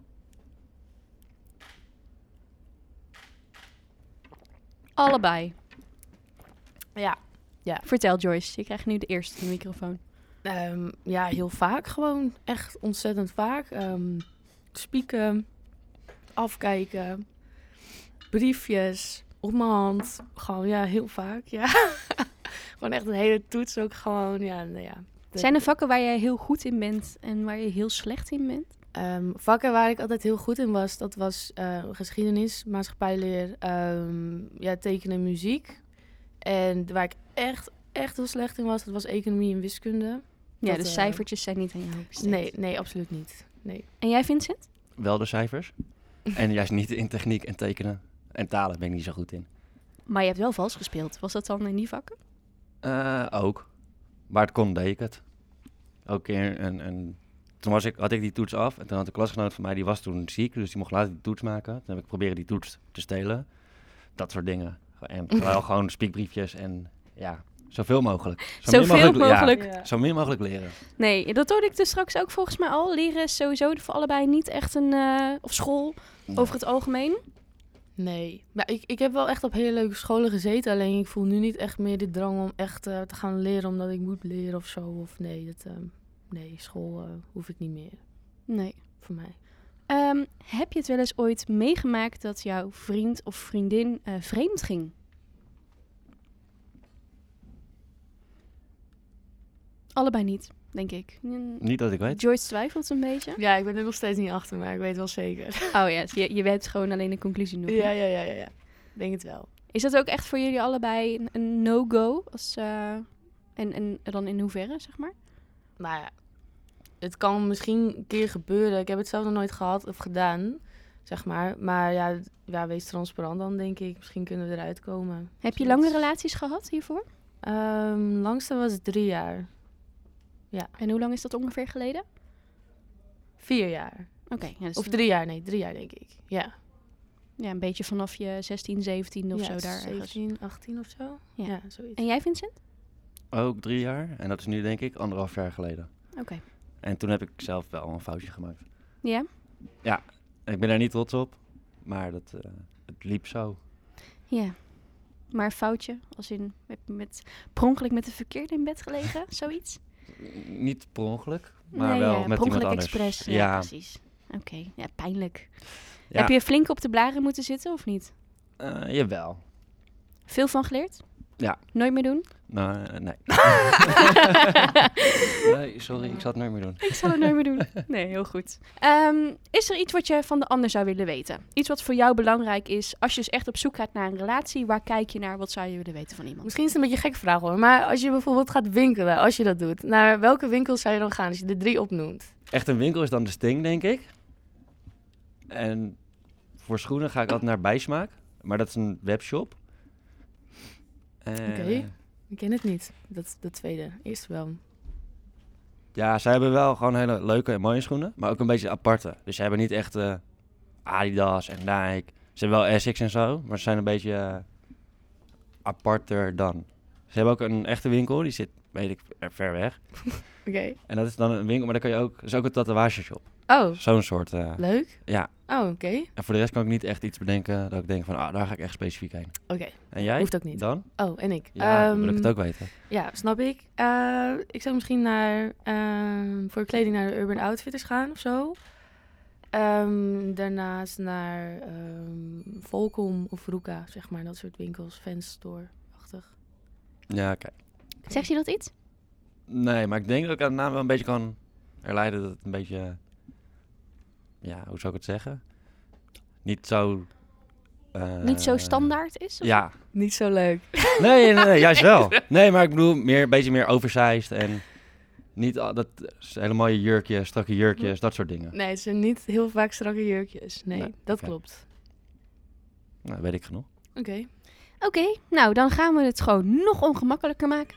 Allebei. Ja. Vertel Joyce, je krijgt nu de eerste microfoon. Um, ja, heel vaak gewoon. Echt ontzettend vaak. Um, spieken, afkijken, briefjes, op mijn hand. Gewoon, ja, heel vaak, ja. Gewoon echt een hele toets ook gewoon, ja. Nou ja. De, Zijn er vakken waar jij heel goed in bent en waar je heel slecht in bent? um, vakken waar ik altijd heel goed in was, dat was uh, geschiedenis, maatschappijleer, um, ja, tekenen en muziek. En waar ik echt, echt heel slecht in was, dat was economie en wiskunde. Ja, Dat, de uh, cijfertjes zijn niet aan jou besteed. Nee, nee, absoluut niet. Nee. En jij, Vincent? Wel de cijfers. En juist niet in techniek en tekenen. En talen ben ik niet zo goed in. Maar je hebt wel vals gespeeld. Was dat dan in die vakken? Uh, ook. Maar het kon, deed ik het. Ook een, een, een, toen was ik, had ik die toets af. En toen had een klasgenoot van mij, die was toen ziek. Dus die mocht later die toets maken. Toen heb ik proberen die toets te stelen. Dat soort dingen. En wel gewoon spiekbriefjes en ja, Zoveel mogelijk. Zo Zoveel min mogelijk. mogelijk. Ja, zo min mogelijk leren. Nee, dat hoorde ik dus straks ook volgens mij al. Leren is sowieso voor allebei niet echt een... Uh, of school, Nee. over het algemeen. Nee, maar ik, ik heb wel echt op hele leuke scholen gezeten. Alleen ik voel nu niet echt meer de drang om echt uh, te gaan leren omdat ik moet leren of zo. Of nee, dat, uh, nee school uh, hoef ik niet meer. Nee. Voor mij. Um, heb je het wel eens ooit meegemaakt dat jouw vriend of vriendin uh, vreemd ging? Allebei niet, denk ik. Niet dat ik weet. Joyce twijfelt een beetje. Ja, ik ben er nog steeds niet achter, maar ik weet wel zeker. Oh ja, je, je weet gewoon alleen de conclusie nog. Ja, ja, ja, ja, ja. Denk het wel. Is dat ook echt voor jullie allebei een, een no-go? Als, uh, en, en dan in hoeverre, zeg maar? Nou ja, het kan misschien een keer gebeuren. Ik heb het zelf nog nooit gehad of gedaan, zeg maar. Maar ja, ja wees transparant dan, denk ik. Misschien kunnen we eruit komen. Heb je lange relaties gehad hiervoor? Um, langste was drie jaar. Ja. En hoe lang is dat ongeveer geleden? Vier jaar. Oké. Okay, ja, dus of drie jaar, nee, drie jaar denk ik. Ja. Ja, een beetje vanaf je zestien, zeventien of ja, zo daar zeventien, ergens. achttien of zo. Ja. ja, zoiets. En jij, Vincent? Ook drie jaar. En dat is nu denk ik anderhalf jaar geleden. Oké. Okay. En toen heb ik zelf wel een foutje gemaakt. Ja? Ja. Ik ben daar niet trots op. Maar dat, uh, het liep zo. Ja. Maar foutje? Als in met, met per ongeluk met de verkeerde in bed gelegen? Zoiets? Niet per ongeluk, maar nee, wel ja, met iemand anders. Expres. Ja, ja, precies. Oké, okay. Ja, pijnlijk. Ja. Heb je flink op de blaren moeten zitten of niet? Uh, jawel. Veel van geleerd? Ja. Nooit meer doen? Nou, uh, nee. nee, sorry, ik zal het nooit meer doen. Ik zal het nooit meer doen. Nee, heel goed. Um, is er iets wat je van de ander zou willen weten? Iets wat voor jou belangrijk is, als je dus echt op zoek gaat naar een relatie, waar kijk je naar? Wat zou je willen weten van iemand? Misschien is het een beetje een gek vraag hoor, maar als je bijvoorbeeld gaat winkelen, als je dat doet, naar welke winkels zou je dan gaan als je de drie opnoemt? Echt een winkel is dan de Sting, denk ik. En voor schoenen ga ik altijd naar Bijsmaak, maar dat is een webshop. Oké, okay. Ik ken het niet, dat, dat tweede. Eerst wel. Ja, zij hebben wel gewoon hele leuke en mooie schoenen, maar ook een beetje aparte. Dus ze hebben niet echt uh, Adidas en Nike. Ze hebben wel Essex en zo, maar ze zijn een beetje uh, aparter dan. Ze hebben ook een echte winkel, die zit, weet ik, er ver weg. Oké. Okay. En dat is dan een winkel, maar daar kan je ook, dat is ook een tatoeageshop. Oh. Zo'n soort. Uh, Leuk. Ja. Oh, oké. Okay. En voor de rest kan ik niet echt iets bedenken dat ik denk van, ah, daar ga ik echt specifiek heen. Oké. Okay. En jij? Hoeft ook niet. Dan? Oh, en ik. Ja, um, dan wil ik het ook weten. Ja, snap ik. Uh, ik zou misschien naar, uh, voor kleding naar de Urban Outfitters gaan of zo. Um, daarnaast naar um, Volcom of Ruka, zeg maar. Dat soort winkels, fanstore-achtig. Ja, kijk. Okay. Zegt je dat iets? Nee, maar ik denk dat ik aan de naam wel een beetje kan herleiden dat het een beetje... Ja, hoe zou ik het zeggen? Niet zo... Uh, niet zo standaard is? Of? Ja. Niet zo leuk. Nee, nee, nee, juist wel. Nee, maar ik bedoel, meer, een beetje meer oversized en niet uh, dat hele mooie jurkjes, strakke jurkjes, dat soort dingen. Nee, het zijn niet heel vaak strakke jurkjes. Nee, nee dat okay. klopt. Nou, weet ik genoeg. Oké. Okay. Oké, okay, nou dan gaan we het gewoon nog ongemakkelijker maken.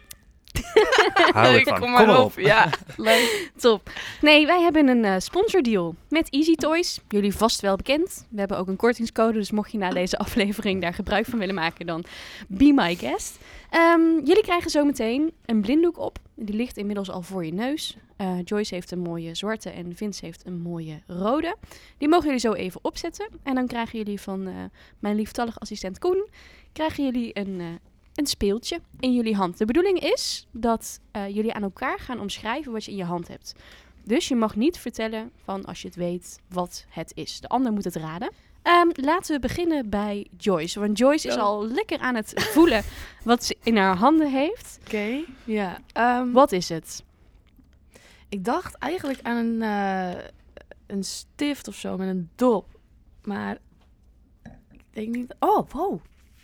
Hou ik van. Kom maar Kom op. op. Ja, leuk. Top. Nee, wij hebben een uh, sponsordeal met Easy Toys. Jullie vast wel bekend. We hebben ook een kortingscode, dus mocht je na deze aflevering daar gebruik van willen maken, dan be my guest. Um, jullie krijgen zometeen een blinddoek op. Die ligt inmiddels al voor je neus. Uh, Joyce heeft een mooie zwarte en Vince heeft een mooie rode. Die mogen jullie zo even opzetten. En dan krijgen jullie van uh, mijn lieftallige assistent Koen, krijgen jullie een... Uh, een speeltje in jullie hand. De bedoeling is dat uh, jullie aan elkaar gaan omschrijven wat je in je hand hebt. Dus je mag niet vertellen van als je het weet wat het is. De ander moet het raden. Um, laten we beginnen bij Joyce. Want Joyce is al lekker aan het voelen wat ze in haar handen heeft. Oké, okay, ja. Um, wat is het? Ik dacht eigenlijk aan een, uh, een stift of zo met een dop. Maar ik denk niet... Oh, wow.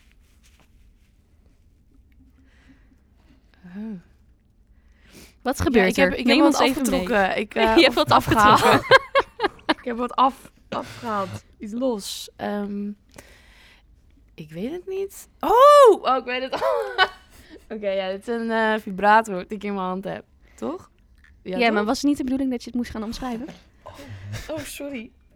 Oh. Wat gebeurt ja, ik er? heb, ik Neem heb ons wat even afgetrokken. mee. Ik, uh, je hebt wat afgetrokken. ik heb wat af, afgehaald. Iets los. Um, ik weet het niet. Oh! Oh, ik weet het. Oké, okay, ja, dit is een uh, vibrator die ik in mijn hand heb. Toch? Ja, ja toch? Maar was het niet de bedoeling dat je het moest gaan omschrijven? Oh, sorry.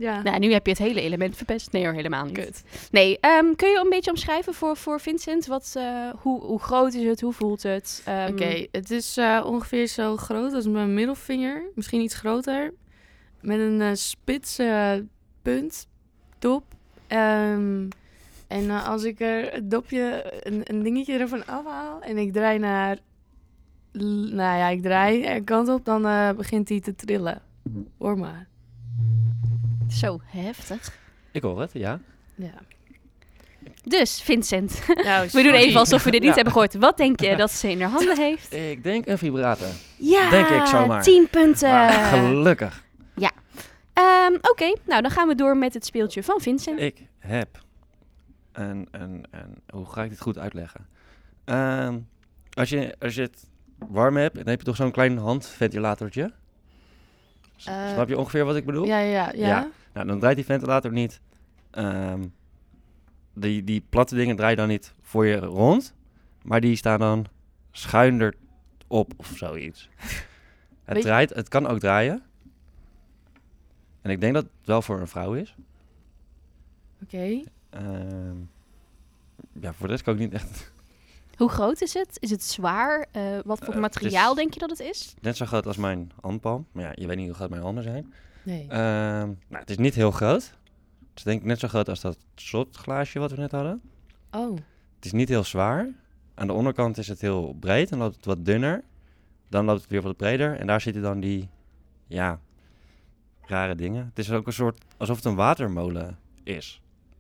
Ja. Nou, nu heb je het hele element verpest. Nee hoor, helemaal niet. Kut. Nee, um, kun je een beetje omschrijven voor, voor Vincent? Wat, uh, hoe, hoe groot is het? Hoe voelt het? Um, Oké, okay, het is uh, ongeveer zo groot als mijn middelvinger. Misschien iets groter. Met een uh, spitse punt, top. Um, en uh, als ik er het dopje, een, een dingetje ervan afhaal en ik draai naar... Nou ja, ik draai er kant op, dan uh, begint hij te trillen. Hoor maar. Zo heftig. Ik hoor het, ja. Ja. Dus, Vincent. Nou, we doen even alsof we dit niet ja. hebben gehoord. Wat denk je dat ze in haar handen heeft? Ik denk een vibrator. Ja, denk ik zomaar. tien punten. Maar gelukkig. Ja. Um, Oké, okay, nou dan gaan we door met het speeltje van Vincent. Ik heb een, een, een hoe ga ik dit goed uitleggen? Um, als, je, als je het warm hebt, dan heb je toch zo'n klein handventilatortje? Uh, Snap je ongeveer wat ik bedoel? Ja, ja, ja. ja. Nou, dan draait die ventilator niet. Um, die, die platte dingen draaien dan niet voor je rond, maar die staan dan schuin erop of zoiets. Het Weet draait, het kan ook draaien. En ik denk dat het wel voor een vrouw is. Oké. Okay. Um, ja, voor de rest kan ik niet echt... Hoe groot is het? Is het zwaar? Uh, wat voor uh, materiaal is, denk je dat het is? Net zo groot als mijn handpalm. Maar ja, je weet niet hoe groot mijn handen zijn. Nee. Um, nou, het is niet heel groot. Het is denk ik net zo groot als dat shotglaasje wat we net hadden. Oh. Het is niet heel zwaar. Aan de onderkant is het heel breed. Dan loopt het wat dunner. Dan loopt het weer wat breder. En daar zitten dan die, ja, rare dingen. Het is ook een soort, alsof het een watermolen is.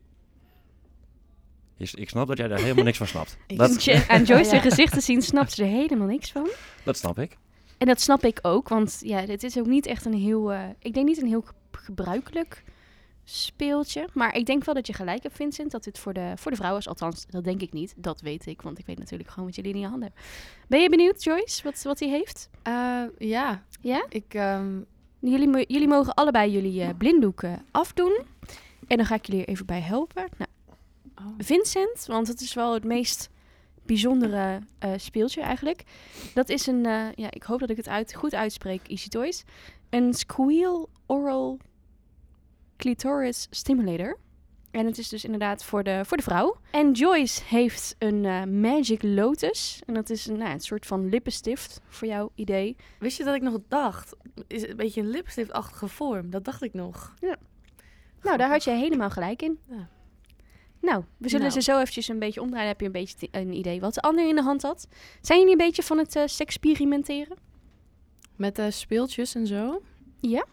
Ik snap dat jij daar helemaal niks van snapt. Dat... Aan Joyce ja. gezicht te zien snapt ze er helemaal niks van. Dat snap ik. En dat snap ik ook, want ja, dit is ook niet echt een heel... Uh, ik denk niet een heel gebruikelijk speeltje. Maar ik denk wel dat je gelijk hebt, Vincent, dat dit voor de, voor de vrouw is. Althans, dat denk ik niet. Dat weet ik, want ik weet natuurlijk gewoon wat jullie in je handen hebben. Ben je benieuwd, Joyce, wat, wat hij heeft? Uh, ja. Ja? Ik... Um... Jullie, jullie mogen allebei jullie uh, blinddoeken afdoen. En dan ga ik jullie er even bij helpen. Nou, oh. Vincent, want het is wel het meest bijzondere uh, speeltje eigenlijk. Dat is een, uh, ja, ik hoop dat ik het uit, goed uitspreek, Easy Toys. Een Squeal Oral Clitoris Stimulator. En het is dus inderdaad voor de, voor de vrouw. En Joyce heeft een uh, Magic Lotus. En dat is een, nou, een soort van lippenstift, voor jouw idee. Wist je dat ik nog dacht? Is het een beetje een lippenstiftachtige vorm? Dat dacht ik nog. Ja. Nou, daar had je helemaal gelijk in. Ja. Nou, we zullen nou. ze zo eventjes een beetje omdraaien. Dan heb je een beetje t- een idee wat de ander in de hand had. Zijn jullie een beetje van het uh, seksperimenteren? Met uh, speeltjes en zo? Ja.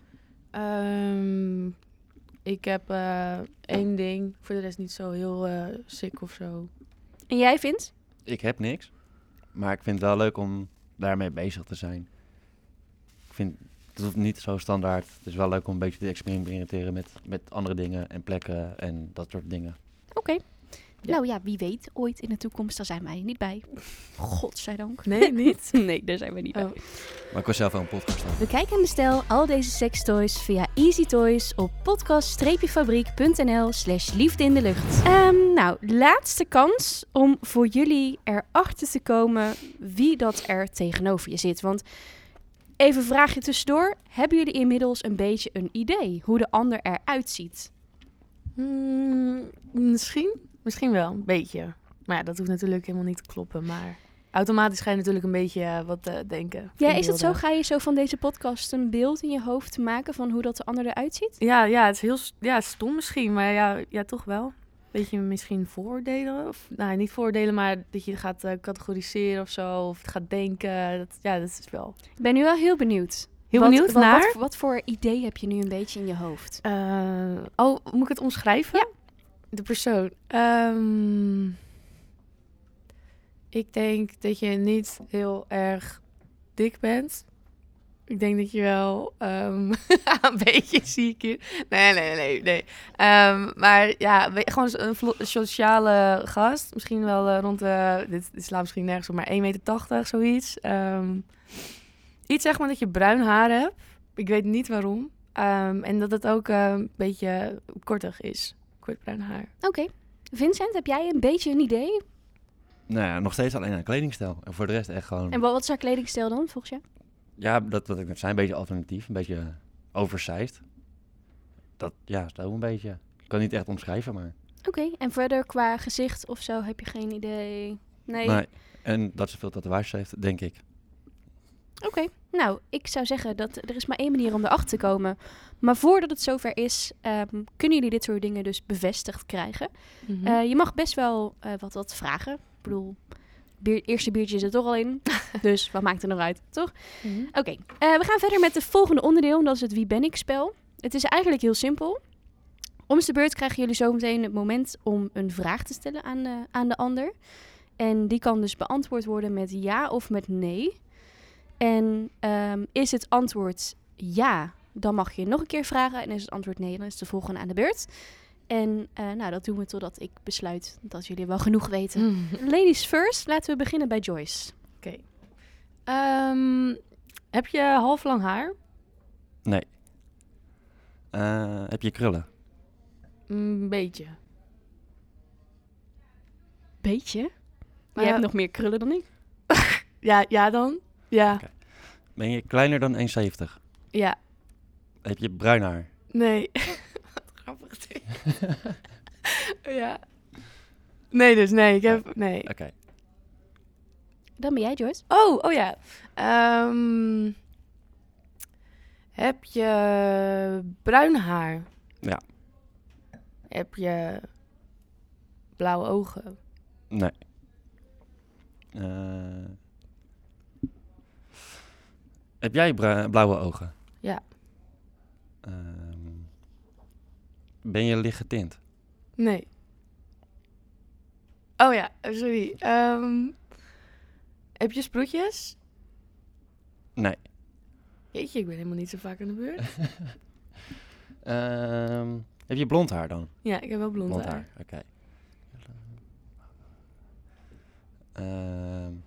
Um, ik heb uh, één ding. Voor de rest niet zo heel uh, sick of zo. En jij vindt? Ik heb niks. Maar ik vind het wel leuk om daarmee bezig te zijn. Ik vind het hoeft niet zo standaard. Het is wel leuk om een beetje te experimenteren met, met andere dingen en plekken en dat soort dingen. Oké. Okay. Ja. Nou ja, wie weet, ooit in de toekomst, daar zijn wij niet bij. Godzijdank. Nee, niet? Nee, daar zijn wij niet oh. bij. Maar ik was zelf wel een podcast aan. Bekijk en bestel al deze sextoys via Easy Toys op podcast-fabriek.nl slash liefde in de lucht. Um, nou, laatste kans om voor jullie erachter te komen wie dat er tegenover je zit. Want even een vraagje tussendoor. Hebben jullie inmiddels een beetje een idee hoe de ander eruit ziet? Hmm, misschien. Misschien wel, een beetje. Maar ja, dat hoeft natuurlijk helemaal niet te kloppen. Maar automatisch ga je natuurlijk een beetje uh, wat uh, denken. Ja, is het zo? Ga je zo van deze podcast een beeld in je hoofd maken van hoe dat de ander eruit ziet? Ja, ja, het is heel ja, stom misschien, maar ja, ja, toch wel. Beetje misschien vooroordelen. Of, nou, niet vooroordelen, maar dat je gaat uh, categoriseren of zo. Of gaat denken. Dat, ja, dat is wel... Ik ben nu wel heel benieuwd. Heel wat, benieuwd wat, naar? Wat, wat voor idee heb je nu een beetje in je hoofd? Uh, oh, moet ik het omschrijven? Ja. De persoon. Um, ik denk dat je niet heel erg dik bent. Ik denk dat je wel um, een beetje ziek is. Nee, nee, nee, nee. Um, maar ja, gewoon een vlo- sociale gast. Misschien wel uh, rond de... Dit, dit slaat misschien nergens op, maar één meter tachtig, zoiets. Um, iets zeg maar dat je bruin haar hebt. Ik weet niet waarom. Um, en dat het ook uh, een beetje kortig is. Kort bruin haar. Oké. Okay. Vincent, heb jij een beetje een idee? Nou ja, nog steeds alleen aan kledingstijl. En voor de rest echt gewoon... En wat is haar kledingstijl dan, volgens jou? Ja, dat wat ik net zei, een beetje alternatief. Een beetje oversized. dat, ja, zo een beetje. Ik kan niet echt omschrijven, maar... Oké, okay, en verder qua gezicht of zo heb je geen idee? Nee? Nee, en dat ze veel tatoeages heeft, denk ik. Oké, okay. Nou, ik zou zeggen dat er is maar één manier om erachter te komen. Maar voordat het zover is, um, kunnen jullie dit soort dingen dus bevestigd krijgen. Mm-hmm. Uh, je mag best wel uh, wat, wat vragen. Ik bedoel, bier, eerste biertje zit er toch al in. Dus wat maakt er nog uit, toch? Mm-hmm. Oké, okay. uh, we gaan verder met het volgende onderdeel. Dat is het Wie ben ik spel. Het is eigenlijk heel simpel. Om de beurt krijgen jullie zometeen het moment om een vraag te stellen aan de, aan de ander. En die kan dus beantwoord worden met ja of met nee. En um, is het antwoord ja, dan mag je nog een keer vragen. En is het antwoord nee, dan is de volgende aan de beurt. En uh, nou, dat doen we totdat ik besluit dat jullie wel genoeg weten. Mm. Ladies first, laten we beginnen bij Joyce. Oké. Okay. Um, heb je half lang haar? Nee. Uh, heb je krullen? Een beetje. Beetje? Maar uh, jij hebt nog meer krullen dan ik. ja, ja dan. Ja. Okay. Ben je kleiner dan één zeventig? Ja. Heb je bruin haar? Nee. Wat grappig dit. ja. Nee dus, nee. Ik heb... Nee. Oké. Okay. Dan ben jij, Joyce. Oh, oh ja. Um, heb je bruin haar? Ja. Heb je blauwe ogen? Nee. Uh, heb jij bra- blauwe ogen? Ja. Uh, ben je licht getint? Nee. Oh ja, sorry. Um, heb je sproetjes? Nee. Jeetje, ik ben helemaal niet zo vaak aan de beurt. um, heb je blond haar dan? Ja, ik heb wel blond, blond haar. haar. Oké. Okay. Uh,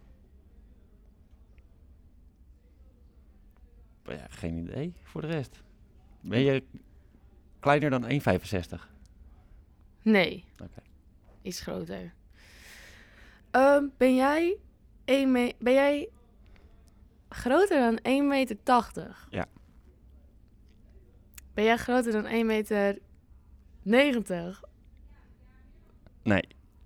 ja, geen idee voor de rest. Ben je kleiner dan één komma vijfenzestig? Nee. Oké. Okay. Iets groter. Um, ben jij één me- ben jij groter dan één meter tachtig? Ja. Ben jij groter dan één meter negentig? Nee.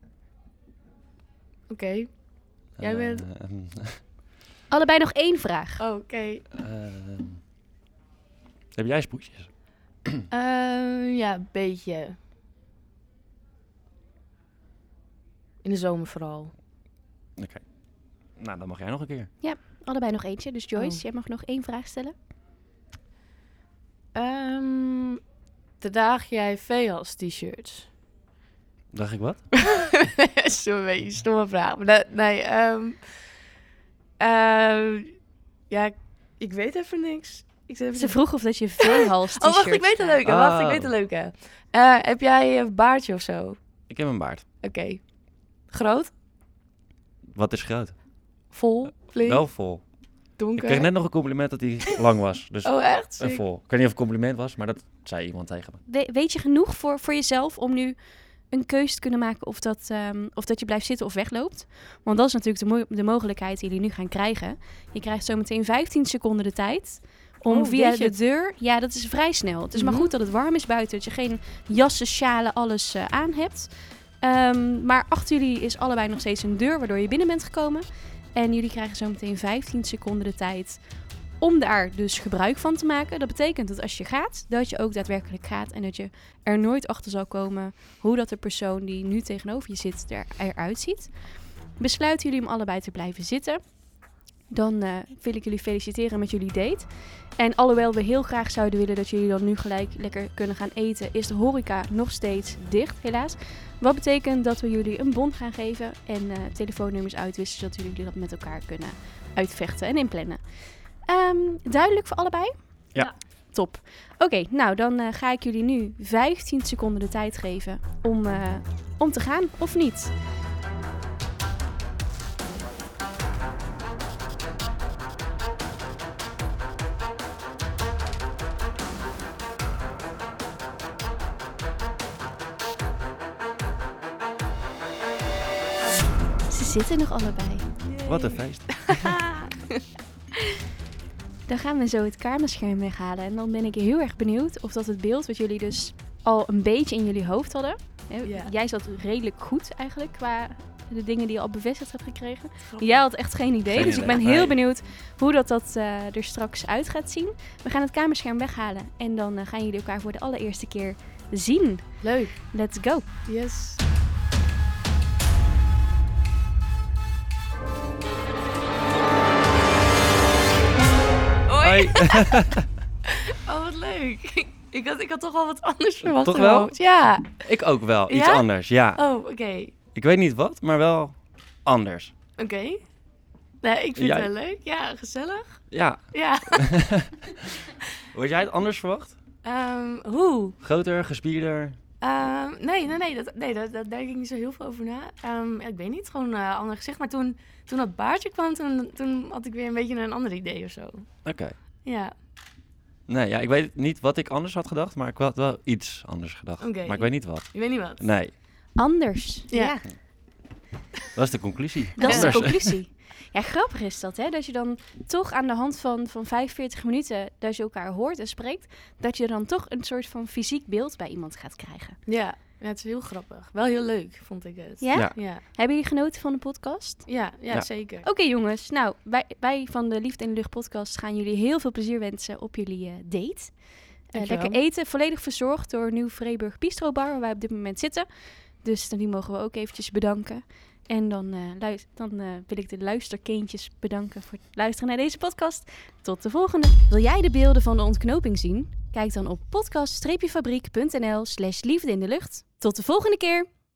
Oké. Okay. Jij uh, bent... Um, Allebei nog één vraag. Oh, oké. Okay. Uh, heb jij spoetjes? uh, ja, een beetje. In de zomer vooral. Oké. Okay. Nou, dan mag jij nog een keer. Ja, allebei nog eentje. Dus Joyce, oh. jij mag nog één vraag stellen. Um, draag jij Veas t-shirts? Dacht ik wat? Zo'n beetje een stomme vraag. Maar dat, nee, um, uh, ja, ik weet even niks. Ik even Ze vroeg of dat je veehals t-shirts... Oh, wacht, ik weet een leuke. Oh. Wacht, ik weet een leuke. Uh, heb jij een baardje of zo? Ik heb een baard. Oké. Okay. Groot? Wat is groot? Vol? Flink? Wel vol. Donker? Ik kreeg net nog een compliment dat hij lang was. Dus oh, echt? En vol. Ik weet niet of het een compliment was, maar dat zei iemand tegen me. We, weet je genoeg voor, voor jezelf om nu een keuze te kunnen maken of dat, um, of dat je blijft zitten of wegloopt? Want dat is natuurlijk de, mo- de mogelijkheid die jullie nu gaan krijgen. Je krijgt zo meteen vijftien seconden de tijd om oh, via de deur... Ja, dat is vrij snel. Het is mm-hmm. maar goed dat het warm is buiten. Dat je geen jassen, sjalen, alles uh, aan hebt. Um, maar achter jullie is allebei nog steeds een deur waardoor je binnen bent gekomen. En jullie krijgen zo meteen vijftien seconden de tijd om daar dus gebruik van te maken. Dat betekent dat als je gaat, dat je ook daadwerkelijk gaat. En dat je er nooit achter zal komen hoe dat de persoon die nu tegenover je zit er, eruit ziet. Besluiten jullie om allebei te blijven zitten, dan uh, wil ik jullie feliciteren met jullie date. En alhoewel we heel graag zouden willen dat jullie dan nu gelijk lekker kunnen gaan eten, is de horeca nog steeds dicht, helaas. Wat betekent dat we jullie een bon gaan geven en uh, telefoonnummers uitwisselen, zodat jullie dat met elkaar kunnen uitvechten en inplannen. Um, duidelijk voor allebei? Ja. Top. Oké, okay, nou dan uh, ga ik jullie nu vijftien seconden de tijd geven om, uh, om te gaan, of niet? Ze zitten nog allebei. Wat een feest. Dan gaan we zo het kamerscherm weghalen. En dan ben ik heel erg benieuwd of dat het beeld wat jullie dus al een beetje in jullie hoofd hadden. Hè, Ja. Jij zat redelijk goed eigenlijk qua de dingen die je al bevestigd hebt gekregen. Grappig. Jij had echt geen idee, Geen dus ik idee. ben heel Nee. benieuwd hoe dat, dat uh, er straks uit gaat zien. We gaan het kamerscherm weghalen en dan uh, gaan jullie elkaar voor de allereerste keer zien. Leuk. Let's go! Yes. Hoi. Oh, wat leuk. Ik had, ik had toch wel wat anders verwacht. Toch in mijn wel? hoofd. Ja. Ik ook wel. Iets Ja? anders, ja. Oh, oké. Okay. Ik weet niet wat, maar wel anders. Oké. Okay. Nee, ik vind Jij? het wel leuk. Ja, gezellig. Ja. Ja. Hoe had jij het anders verwacht? um, hoe? Groter, gespierder? Um, nee, nee, nee, dat, nee dat, dat, daar denk ik niet zo heel veel over na. Um, ik weet niet, gewoon uh, ander gezicht. Maar toen, toen dat baardje kwam, toen, toen had ik weer een beetje een ander idee of zo. Oké. Okay. Ja. Nee, ja, ik weet niet wat ik anders had gedacht, maar ik had wel iets anders gedacht. Okay. Maar ik weet niet wat. Je weet niet wat? Nee. Anders. Ja. Ja. Dat is de conclusie. Dat is de Anders. conclusie. Ja, grappig is dat, hè? Dat je dan toch aan de hand van, van vijfenveertig minuten dat je elkaar hoort en spreekt, dat je dan toch een soort van fysiek beeld bij iemand gaat krijgen. Ja, ja, het is heel grappig. Wel heel leuk, vond ik het. Ja? Ja. Ja, Hebben jullie genoten van de podcast? ja, ja, Ja. zeker. Oké okay, jongens, nou, wij, wij van de Liefde in de Lucht podcast gaan jullie heel veel plezier wensen op jullie uh, date. Uh, lekker eten, volledig verzorgd door Nieuw Vreeburg Bistro Bar, waar wij op dit moment zitten. Dus die mogen we ook eventjes bedanken. En dan, uh, luister, dan uh, wil ik de luisterkindjes bedanken voor het luisteren naar deze podcast. Tot de volgende. Wil jij de beelden van de ontknoping zien? Kijk dan op podcast-fabriek.nl slash liefde in de lucht. Tot de volgende keer.